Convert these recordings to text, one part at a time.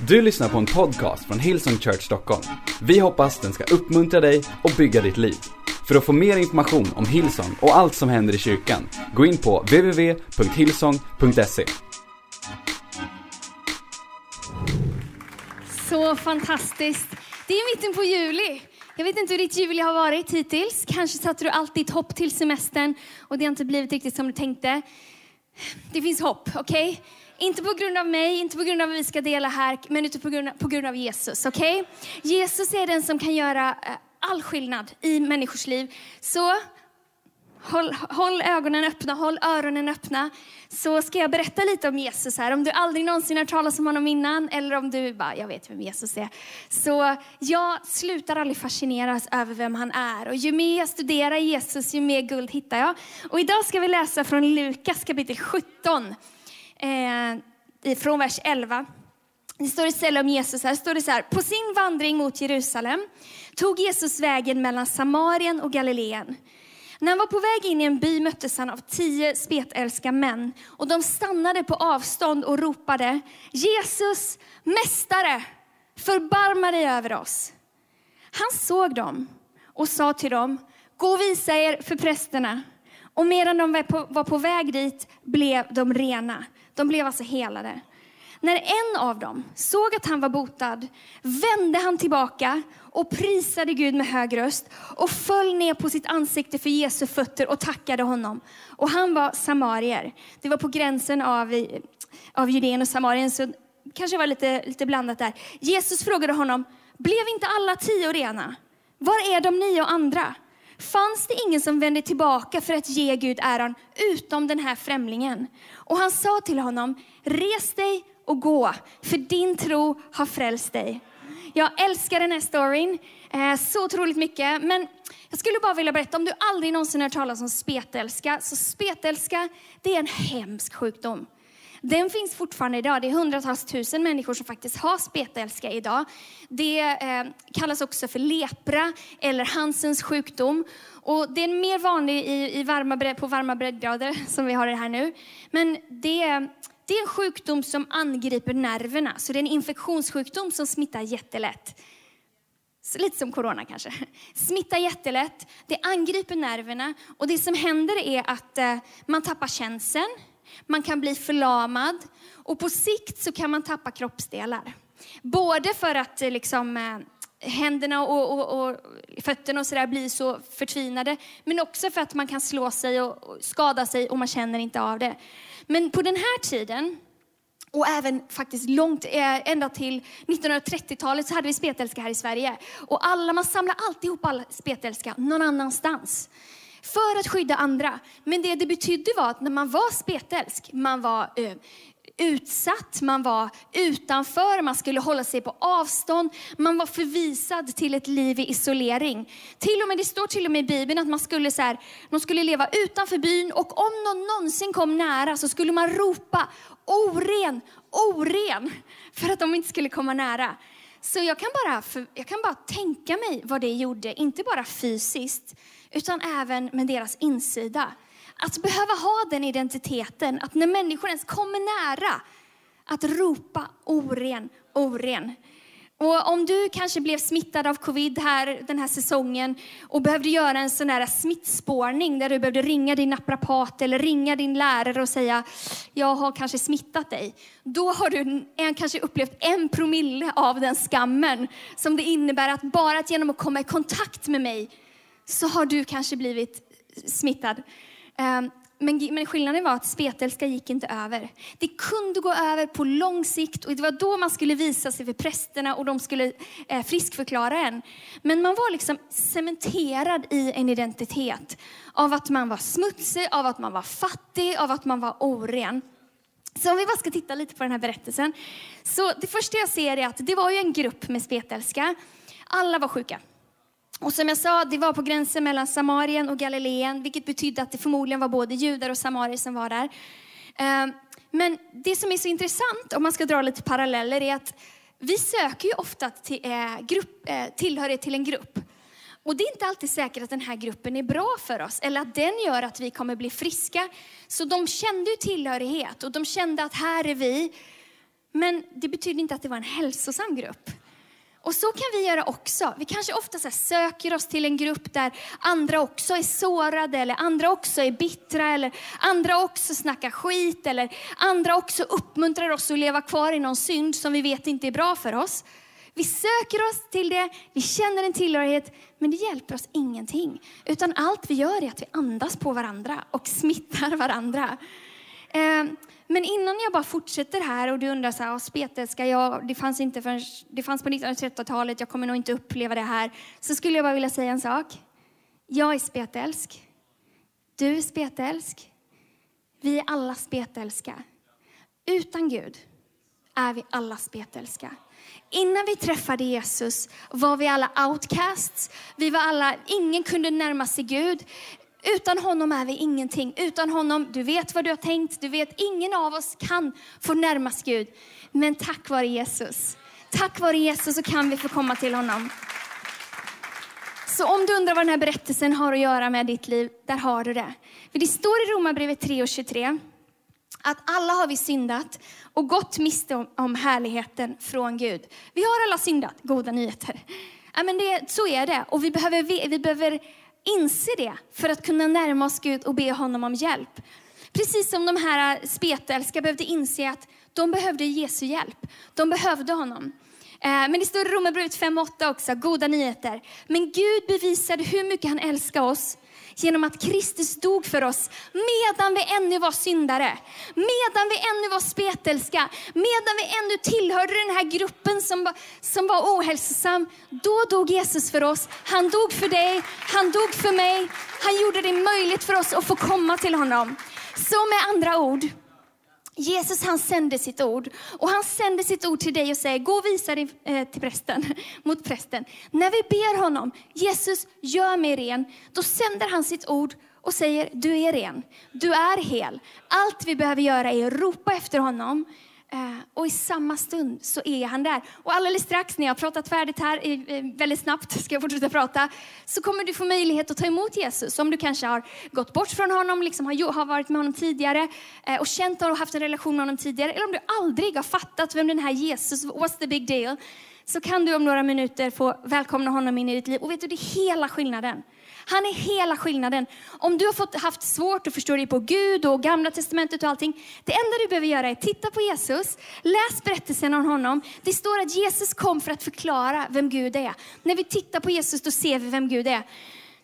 Du lyssnar på en podcast från Hillsong Church Stockholm. Vi hoppas den ska uppmuntra dig och bygga ditt liv. För att få mer information om Hillsong och allt som händer i kyrkan, gå in på www.hillsong.se. Så fantastiskt. Det är mitten på juli. Jag vet inte hur ditt juli har varit hittills. Kanske satte du allt ditt hopp till semestern och det har inte blivit riktigt som du tänkte. Det finns hopp, okej? Inte på grund av mig, inte på grund av vad vi ska dela här, men på grund av Jesus, okej? Jesus är den som kan göra all skillnad i människors liv. Så håll ögonen öppna, håll öronen öppna. Så ska jag berätta lite om Jesus här. Om du aldrig någonsin har talat om honom innan, eller om du bara, jag vet vem Jesus är. Så jag slutar aldrig fascineras över vem han är. Och ju mer jag studerar Jesus, ju mer guld hittar jag. Och idag ska vi läsa från Lukas kapitel 17. Från vers 11. Det står istället om Jesus här. Står det så här: på sin vandring mot Jerusalem tog Jesus vägen mellan Samarien och Galileen. När han var på väg in i en by möttes han av 10 spetälska män. Och de stannade på avstånd och ropade: Jesus, mästare, förbarma dig över oss. Han såg dem och sa till dem: gå och visa er för prästerna. Och medan de var på väg dit blev de rena. De blev alltså helade. När en av dem såg att han var botad vände han tillbaka och prisade Gud med hög röst och föll ner på sitt ansikte för Jesu fötter och tackade honom. Och han var samarier. Det var på gränsen av Judeen och Samarien, så kanske var lite blandat där. Jesus frågade honom: blev inte alla 10 rena? Var är de 9 andra? Fanns det ingen som vände tillbaka för att ge Gud äran utom den här främlingen? Och han sa till honom: res dig och gå, för din tro har frälst dig. Jag älskar den här storyn så otroligt mycket. Men jag skulle bara vilja berätta, om du aldrig någonsin har hört talas om spetälska. Så spetälska, det är en hemsk sjukdom. Den finns fortfarande idag. Det är hundratals tusen människor som faktiskt har spetälska idag. Det kallas också för lepra eller Hansens sjukdom. Och det är mer vanlig på varma breddgrader som vi har det här nu. Men det är en sjukdom som angriper nerverna. Så det är en infektionssjukdom som smittar jättelätt. Så lite som corona kanske. Smittar jättelätt. Det angriper nerverna. Och det som händer är att man tappar känseln. Man kan bli förlamad. Och på sikt så kan man tappa kroppsdelar. Både för att händerna och fötterna och sådär blir så förtvinade. Men också för att man kan slå sig och skada sig och man känner inte av det. Men på den här tiden, och även faktiskt ända till 1930-talet, så hade vi spetälska här i Sverige. Och man samlade alltihop alla spetälska någon annanstans. För att skydda andra. Men det betydde var att när man var spetälsk, man var utsatt, man var utanför, man skulle hålla sig på avstånd, man var förvisad till ett liv i isolering. Det står till och med i Bibeln att de skulle leva utanför byn, och om någon någonsin kom nära så skulle man ropa: oren, oren, för att de inte skulle komma nära. Så jag kan bara tänka mig vad det gjorde, inte bara fysiskt utan även med deras insida. Att behöva ha den identiteten, att när människor ens kommer nära, att ropa oren, oren. Och om du kanske blev smittad av covid den här säsongen och behövde göra en sån här smittspårning där du behövde ringa din naprapat eller ringa din lärare och säga: jag har kanske smittat dig. Då har du kanske upplevt 1 promille av den skammen som det innebär att bara genom att komma i kontakt med mig så har du kanske blivit smittad. Men skillnaden var att spetälska gick inte över. Det kunde gå över på lång sikt, och det var då man skulle visa sig för prästerna och de skulle friskförklara en. Men man var cementerad i en identitet av att man var smutsig, av att man var fattig, av att man var oren. Så om vi bara ska titta lite på den här berättelsen. Så det första jag ser är att det var ju en grupp med spetälska. Alla var sjuka. Och som jag sa, det var på gränsen mellan Samarien och Galileen, vilket betydde att det förmodligen var både judar och samarier som var där. Men det som är så intressant, om man ska dra lite paralleller, är att vi söker ju ofta tillhörighet till en grupp. Och det är inte alltid säkert att den här gruppen är bra för oss, eller att den gör att vi kommer bli friska. Så de kände ju tillhörighet och de kände att här är vi. Men det betyder inte att det var en hälsosam grupp. Och så kan vi göra också. Vi kanske ofta så här söker oss till en grupp där andra också är sårade, eller andra också är bittra, eller andra också snackar skit, eller andra också uppmuntrar oss att leva kvar i någon synd som vi vet inte är bra för oss. Vi söker oss till det, vi känner en tillhörighet, men det hjälper oss ingenting. Utan allt vi gör är att vi andas på varandra och smittar varandra. Men innan jag bara fortsätter här och du undrar så här, spetälska, det fanns på 1930-talet, jag kommer nog inte uppleva det här. Så skulle jag bara vilja säga en sak. Jag är spetälsk. Du är spetälsk. Vi är alla spetälska. Utan Gud är vi alla spetälska. Innan vi träffade Jesus var vi alla outcasts. Ingen kunde närma sig Gud. Utan honom är vi ingenting. Utan honom, du vet vad du har tänkt. Du vet, ingen av oss kan få närmas Gud. Men tack vare Jesus så kan vi få komma till honom. Så om du undrar vad den här berättelsen har att göra med ditt liv, där har du det. För det står i Romarbrevet 3:23 att alla har vi syndat och gått miste om härligheten från Gud. Vi har alla syndat, goda nyheter. Ja, men så är det, och vi behöver inse det för att kunna närma oss Gud och be honom om hjälp. Precis som de här spetälska behövde inse att de behövde Jesu hjälp. De behövde honom. Men det står i Romarbrevet 5:8 också, goda nyheter. Men Gud bevisade hur mycket han älskar oss genom att Kristus dog för oss medan vi ännu var syndare. Medan vi ännu var spetälska. Medan vi ännu tillhörde den här gruppen som var ohälsosam. Då dog Jesus för oss. Han dog för dig. Han dog för mig. Han gjorde det möjligt för oss att få komma till honom. Så med andra ord, Jesus han sände sitt ord. Och han sände sitt ord till dig och säger, gå och visa dig till prästen, mot prästen. När vi ber honom, Jesus gör mig ren. Då sänder han sitt ord och säger, du är ren. Du är hel. Allt vi behöver göra är att ropa efter honom. Och i samma stund så är han där. Och alldeles strax när jag har pratat färdigt här, väldigt snabbt ska jag fortsätta prata, så kommer du få möjlighet att ta emot Jesus. Om du kanske har gått bort från honom, liksom har varit med honom tidigare och känt honom och haft en relation med honom tidigare. Eller om du aldrig har fattat vem den här Jesus, what's the big deal, så kan du om några minuter få välkomna honom in i ditt liv. Och vet du, det är hela skillnaden. Han är hela skillnaden. Om du har haft svårt att förstå dig på Gud och gamla testamentet och allting. Det enda du behöver göra är titta på Jesus. Läs berättelsen om honom. Det står att Jesus kom för att förklara vem Gud är. När vi tittar på Jesus då ser vi vem Gud är.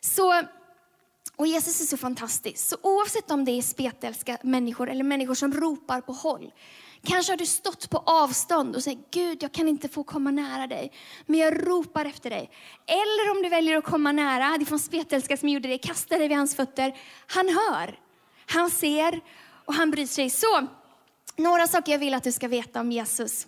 Och Jesus är så fantastisk. Så oavsett om det är spetälska människor eller människor som ropar på håll. Kanske har du stått på avstånd och säger, Gud, jag kan inte få komma nära dig. Men jag ropar efter dig. Eller om du väljer att komma nära, det fanns spetälska som gjorde det, kasta dig vid hans fötter. Han hör, han ser och han bryr sig. Så, några saker jag vill att du ska veta om Jesus.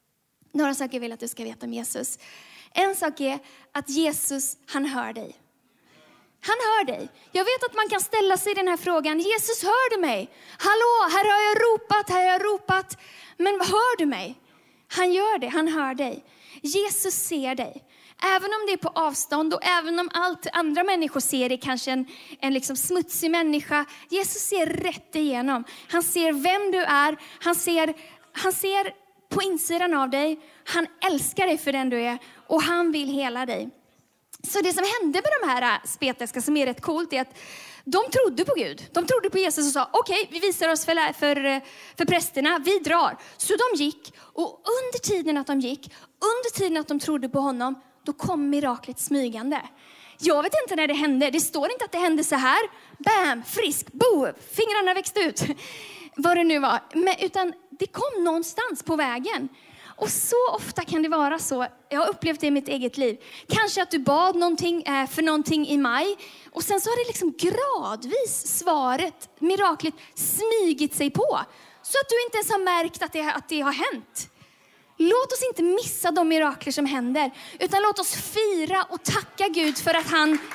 En sak är att Jesus, han hör dig. Han hör dig. Jag vet att man kan ställa sig den här frågan. Jesus, hör du mig? Hallå, här har jag ropat. Men hör du mig? Han gör det, han hör dig. Jesus ser dig. Även om det är på avstånd och även om allt andra människor ser det, kanske en liksom smutsig människa. Jesus ser rätt igenom. Han ser vem du är. Han ser på insidan av dig. Han älskar dig för den du är. Och han vill hela dig. Så det som hände med de här spetälska som är rätt coolt är att de trodde på Gud. De trodde på Jesus och sa, okej, vi visar oss för prästerna, vi drar. Så de gick, och under tiden att de trodde på honom, då kom miraklet smygande. Jag vet inte när det hände, det står inte att det hände så här. Bam, frisk, bo, fingrarna växte ut. Vad det nu var. Utan det kom någonstans på vägen. Och så ofta kan det vara så. Jag har upplevt det i mitt eget liv. Kanske att du bad för någonting i maj. Och sen så har det liksom gradvis svaret, miraklet, smygit sig på. Så att du inte ens har märkt att det har hänt. Låt oss inte missa de mirakler som händer. Utan låt oss fira och tacka Gud för att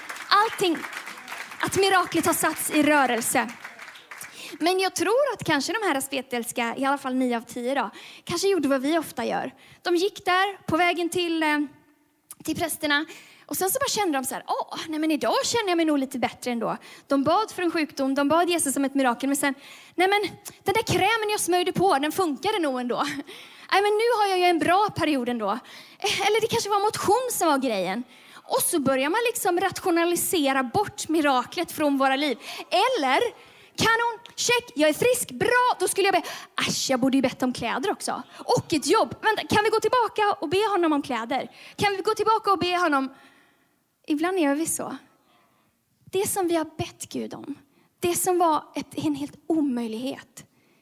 att miraklet har satts i rörelse. Men jag tror att kanske de här spetälska, i alla fall 9 av 10 då, kanske gjorde vad vi ofta gör. De gick där på vägen till prästerna. Och sen så bara kände de så här, nej men idag känner jag mig nog lite bättre ändå. De bad för en sjukdom, de bad Jesus om ett mirakel. Men sen, nej men den där krämen jag smörjde på, den funkade nog ändå. Nej, men nu har jag ju en bra period ändå. Eller det kanske var motion som var grejen. Och så börjar man liksom rationalisera bort miraklet från våra liv. Eller, kanon, check, jag är frisk, bra, då skulle jag be, jag borde ju bett om kläder också. Och ett jobb. Vänta, kan vi gå tillbaka och be honom om kläder? Kan vi gå tillbaka och be honom? Ibland gör vi så. Det som vi har bett Gud om, det som var en helt omöjlighet.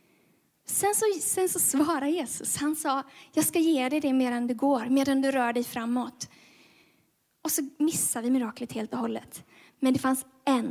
Sen så svarar Jesus. Han sa, jag ska ge dig det medan du går, medan du rör dig framåt. Och så missar vi miraklet helt och hållet. Men det fanns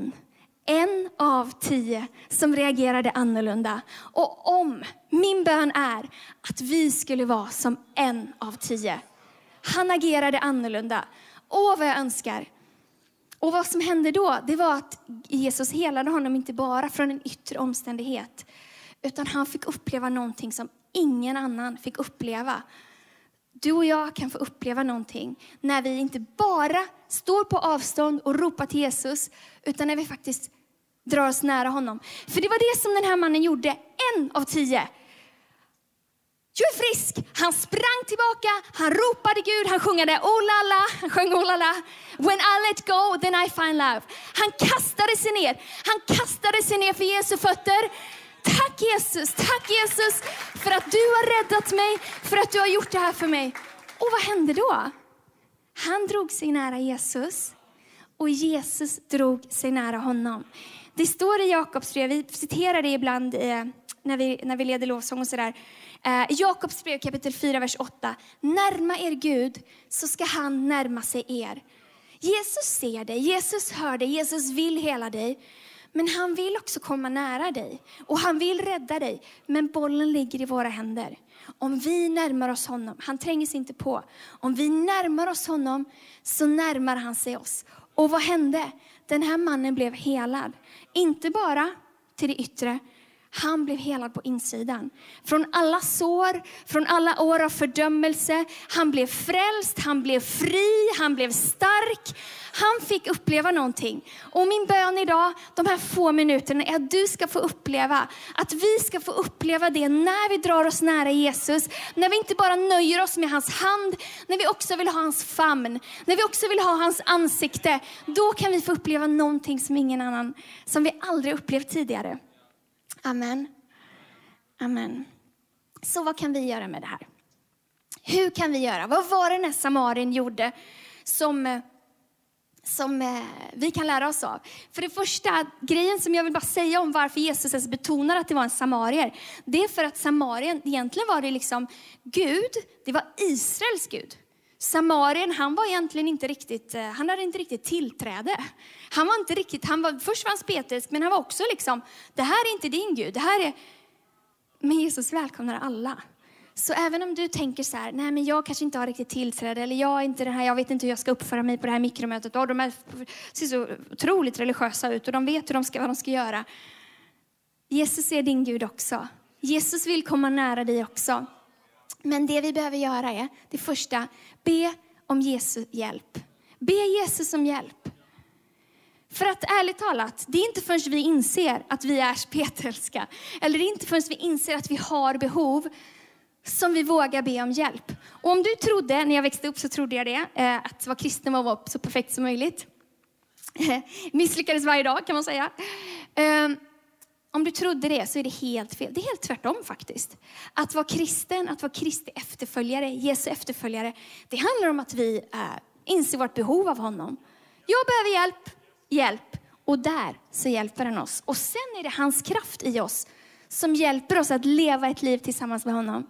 en av 10 som reagerade annorlunda. Och om min bön är att vi skulle vara som en av 10. Han agerade annorlunda. Åh, vad jag önskar. Och vad som hände då, det var att Jesus helade honom inte bara från en yttre omständighet. Utan han fick uppleva någonting som ingen annan fick uppleva. Du och jag kan få uppleva någonting när vi inte bara står på avstånd och ropar till Jesus. Utan när vi faktiskt drar oss nära honom. För det var det som den här mannen gjorde, 1 av 10. Jag är frisk. Han sprang tillbaka, han ropade Gud, han sjöng oh la la. When I let go, then I find love. Han kastade sig ner för Jesu fötter. Tack Jesus för att du har räddat mig, för att du har gjort det här för mig. Och vad hände då? Han drog sig nära Jesus och Jesus drog sig nära honom. Det står i Jakobs brev, vi citerar det ibland när vi leder lovsång och sådär. Jakobs brev kapitel 4, vers 8. Närma er Gud, så ska han närma sig er. Jesus ser dig, Jesus hör dig, Jesus vill hela dig. Men han vill också komma nära dig. Och han vill rädda dig. Men bollen ligger i våra händer. Om vi närmar oss honom, han tränger sig inte på. Om vi närmar oss honom, så närmar han sig oss. Och vad hände? Den här mannen blev helad. Inte bara till det yttre. Han blev helad på insidan. Från alla sår, från alla år av fördömelse. Han blev frälst, han blev fri, han blev stark. Han fick uppleva någonting. Och min bön idag, de här få minuterna, är att du ska få uppleva. Att vi ska få uppleva det när vi drar oss nära Jesus. När vi inte bara nöjer oss med hans hand. När vi också vill ha hans famn. När vi också vill ha hans ansikte. Då kan vi få uppleva någonting som ingen annan, som vi aldrig upplevt tidigare. Amen. Amen. Så vad kan vi göra med det här? Hur kan vi göra? Vad var det när Samarien gjorde som vi kan lära oss av? För det första grejen som jag vill bara säga om varför Jesus betonar att det var en samarier. Det är för att Samarien, egentligen var det liksom Gud, det var Israels Gud. Samarien, han var egentligen inte riktigt, han hade inte riktigt tillträde. Han var inte riktigt, först var han spetisk, men han var också liksom, det här är inte din Gud, det här är, men Jesus välkomnar alla. Så även om du tänker så här, nej men jag kanske inte har riktigt tillträde, eller jag är inte den här, jag vet inte hur jag ska uppföra mig på det här mikromötet, och de ser så otroligt religiösa ut och de vet vad de ska göra. Jesus är din Gud också. Jesus vill komma nära dig också. Men det vi behöver göra är, det första, be om Jesu hjälp. Be Jesus om hjälp. För att ärligt talat, det är inte förrän vi inser att vi är spetälska. Eller det är inte förrän vi inser att vi har behov som vi vågar be om hjälp. Och om du trodde, när jag växte upp så trodde jag det, att vara kristen var så perfekt som möjligt. Misslyckades varje dag kan man säga. Om du trodde det så är det helt fel. Det är helt tvärtom faktiskt. Att vara kristen, att vara Kristi efterföljare, Jesu efterföljare. Det handlar om att vi inser vårt behov av honom. Jag behöver hjälp. Och där så hjälper han oss. Och sen är det hans kraft i oss som hjälper oss att leva ett liv tillsammans med honom.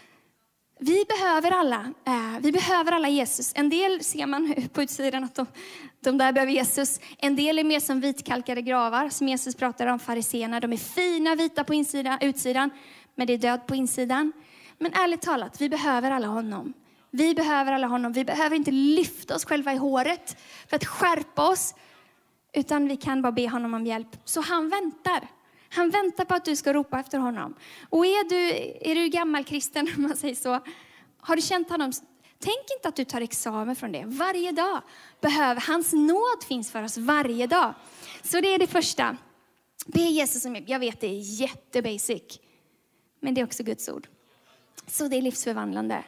Vi behöver alla Jesus. En del ser man på utsidan att de där behöver Jesus. En del är mer som vitkalkade gravar som Jesus pratar om, fariséerna. De är fina vita på utsidan, men det är död på insidan. Men ärligt talat, vi behöver alla honom. Vi behöver inte lyfta oss själva i håret för att skärpa oss, utan vi kan bara be honom om hjälp. Så han väntar. Han väntar på att du ska ropa efter honom. Och är du gammal kristen, om man säger så, har du känt honom? Tänk inte att du tar examen från det. Varje dag hans nåd finns för oss varje dag. Så det är det första. Be Jesus om hjälp. Jag vet, det är jättebasic. Men det är också Guds ord. Så det är livsförvandlande.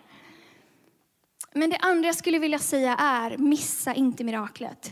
Men det andra jag skulle vilja säga är, missa inte miraklet.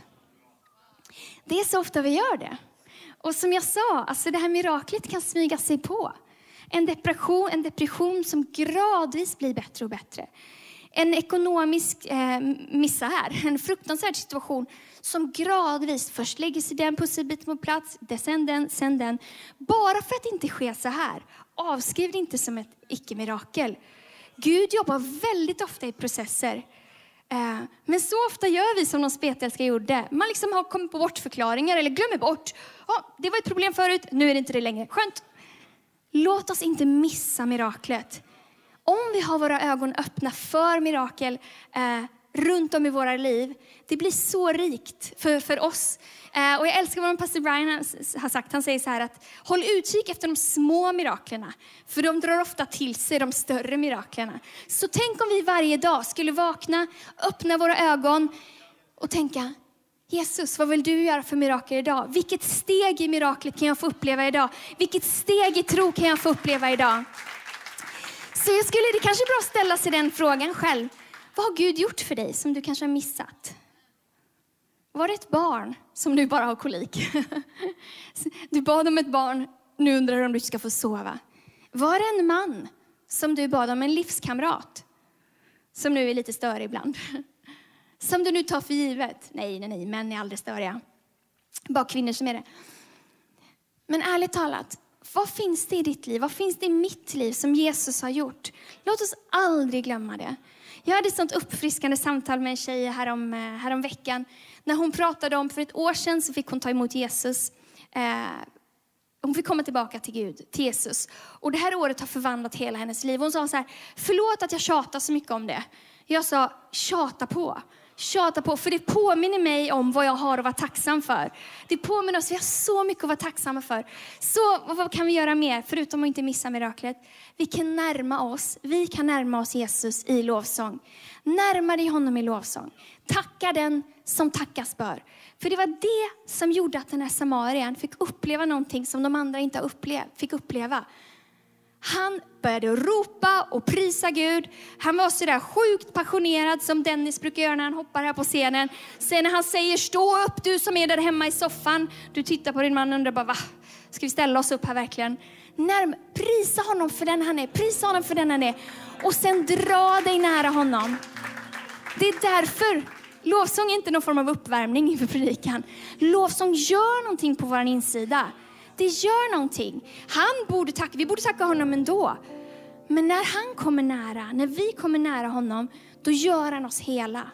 Det är så ofta vi gör det. Och som jag sa, alltså det här miraklet kan smyga sig på. En depression som gradvis blir bättre och bättre. En ekonomisk misär, en fruktansvärd situation som gradvis först lägger sig den pusselbiten på plats, sen den. Bara för att det inte sker så här, avskriv det inte som ett icke-mirakel. Gud jobbar väldigt ofta i processer. Men så ofta gör vi som de spetälska gjorde. Man liksom har kommit på bortförklaringar eller glömmer bort. Det var ett problem förut, nu är det inte det längre. Skönt. Låt oss inte missa miraklet. Om vi har våra ögon öppna för mirakel runt om i våra liv, det blir så rikt för oss. Och jag älskar vad pastor Brian har sagt. Han säger så här att håll utkik efter de små miraklerna. För de drar ofta till sig de större miraklerna. Så tänk om vi varje dag skulle vakna, öppna våra ögon och tänka: Jesus, vad vill du göra för mirakel idag? Vilket steg i miraklet kan jag få uppleva idag? Vilket steg i tro kan jag få uppleva idag? Så det kanske är bra att ställa sig den frågan själv. Vad har Gud gjort för dig som du kanske har missat? Var det ett barn som du bara har kolik? Du bad om ett barn, nu undrar du om du ska få sova. Var det en man som du bad om, en livskamrat? Som nu är lite störig ibland. Som du nu tar för givet. Nej, män är aldrig störiga. Bara kvinnor som är det. Men ärligt talat, vad finns det i ditt liv? Vad finns det i mitt liv som Jesus har gjort? Låt oss aldrig glömma det. Jag hade ett sånt uppfriskande samtal med en tjej härom veckan. När hon pratade om, för ett år sedan så fick hon ta emot Jesus. Hon fick komma tillbaka till Gud, till Jesus. Och det här året har förvandlat hela hennes liv. Hon sa så här: förlåt att jag tjatar så mycket om det. Jag sa, tjata på, för det påminner mig om vad jag har att vara tacksam för. Det påminner oss, vi har så mycket att vara tacksamma för. Så vad kan vi göra mer, förutom att inte missa miraklet? Vi kan närma oss Jesus i lovsång. Närma dig honom i lovsång. Tacka den som tackas bör. För det var det som gjorde att den här samarien fick uppleva någonting som de andra inte fick uppleva. Han började ropa och prisa Gud. Han var så där sjukt passionerad som Dennis brukar göra när han hoppar här på scenen. Sen när han säger stå upp, du som är där hemma i soffan. Du tittar på din man och undrar bara, va? Ska vi ställa oss upp här verkligen? Prisa honom för den han är. Prisa honom för den han är. Och sen dra dig nära honom. Det är därför lovsång är inte någon form av uppvärmning inför predikan. Lovsång gör någonting på vår insida. Det gör någonting. Vi borde tacka honom ändå. Men när han kommer nära, när vi kommer nära honom, då gör han oss hela.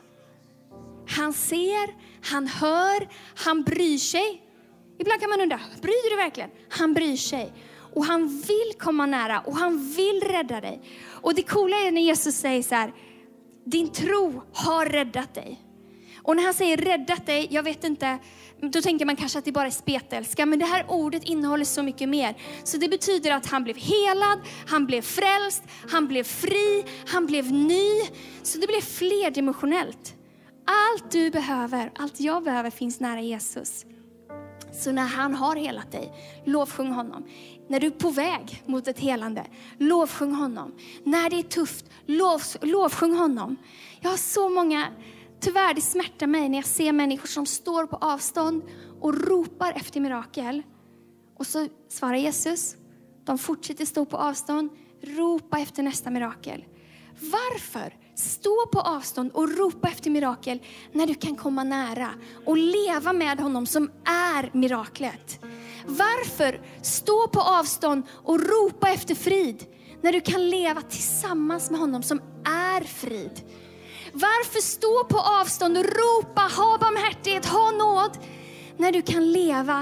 Han ser, han hör, han bryr sig. Ibland kan man undra, bryr du verkligen? Han bryr sig. Och han vill komma nära och han vill rädda dig. Och det coola är när Jesus säger så här: din tro har räddat dig. Och när han säger räddat dig, jag vet inte, då tänker man kanske att det bara är spetälska. Men det här ordet innehåller så mycket mer. Så det betyder att han blev helad, han blev frälst, han blev fri, han blev ny. Så det blev flerdimensionellt. Allt du behöver, allt jag behöver finns nära Jesus. Så när han har helat dig, lovsjung honom. När du är på väg mot ett helande, lovsjung honom. När det är tufft, lovsjung honom. Jag har så många... Tyvärr, det smärtar mig när jag ser människor som står på avstånd och ropar efter mirakel. Och så svarar Jesus. De fortsätter stå på avstånd, ropa efter nästa mirakel. Varför stå på avstånd och ropa efter mirakel när du kan komma nära och leva med honom som är miraklet? Varför stå på avstånd och ropa efter frid när du kan leva tillsammans med honom som är frid? Varför stå på avstånd och ropa, ha barmhärtighet, ha nåd, när du kan leva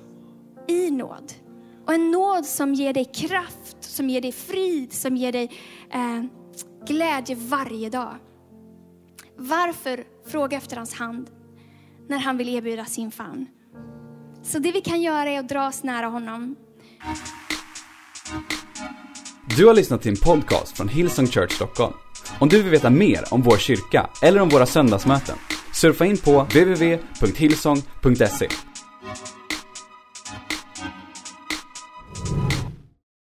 i nåd? Och en nåd som ger dig kraft, som ger dig frid, som ger dig glädje varje dag. Varför fråga efter hans hand när han vill erbjuda sin famn? Så det vi kan göra är att dra oss nära honom. Du har lyssnat till en podcast från Hillsong Church Stockholm. Om du vill veta mer om vår kyrka eller om våra söndagsmöten, surfa in på www.hillsong.se.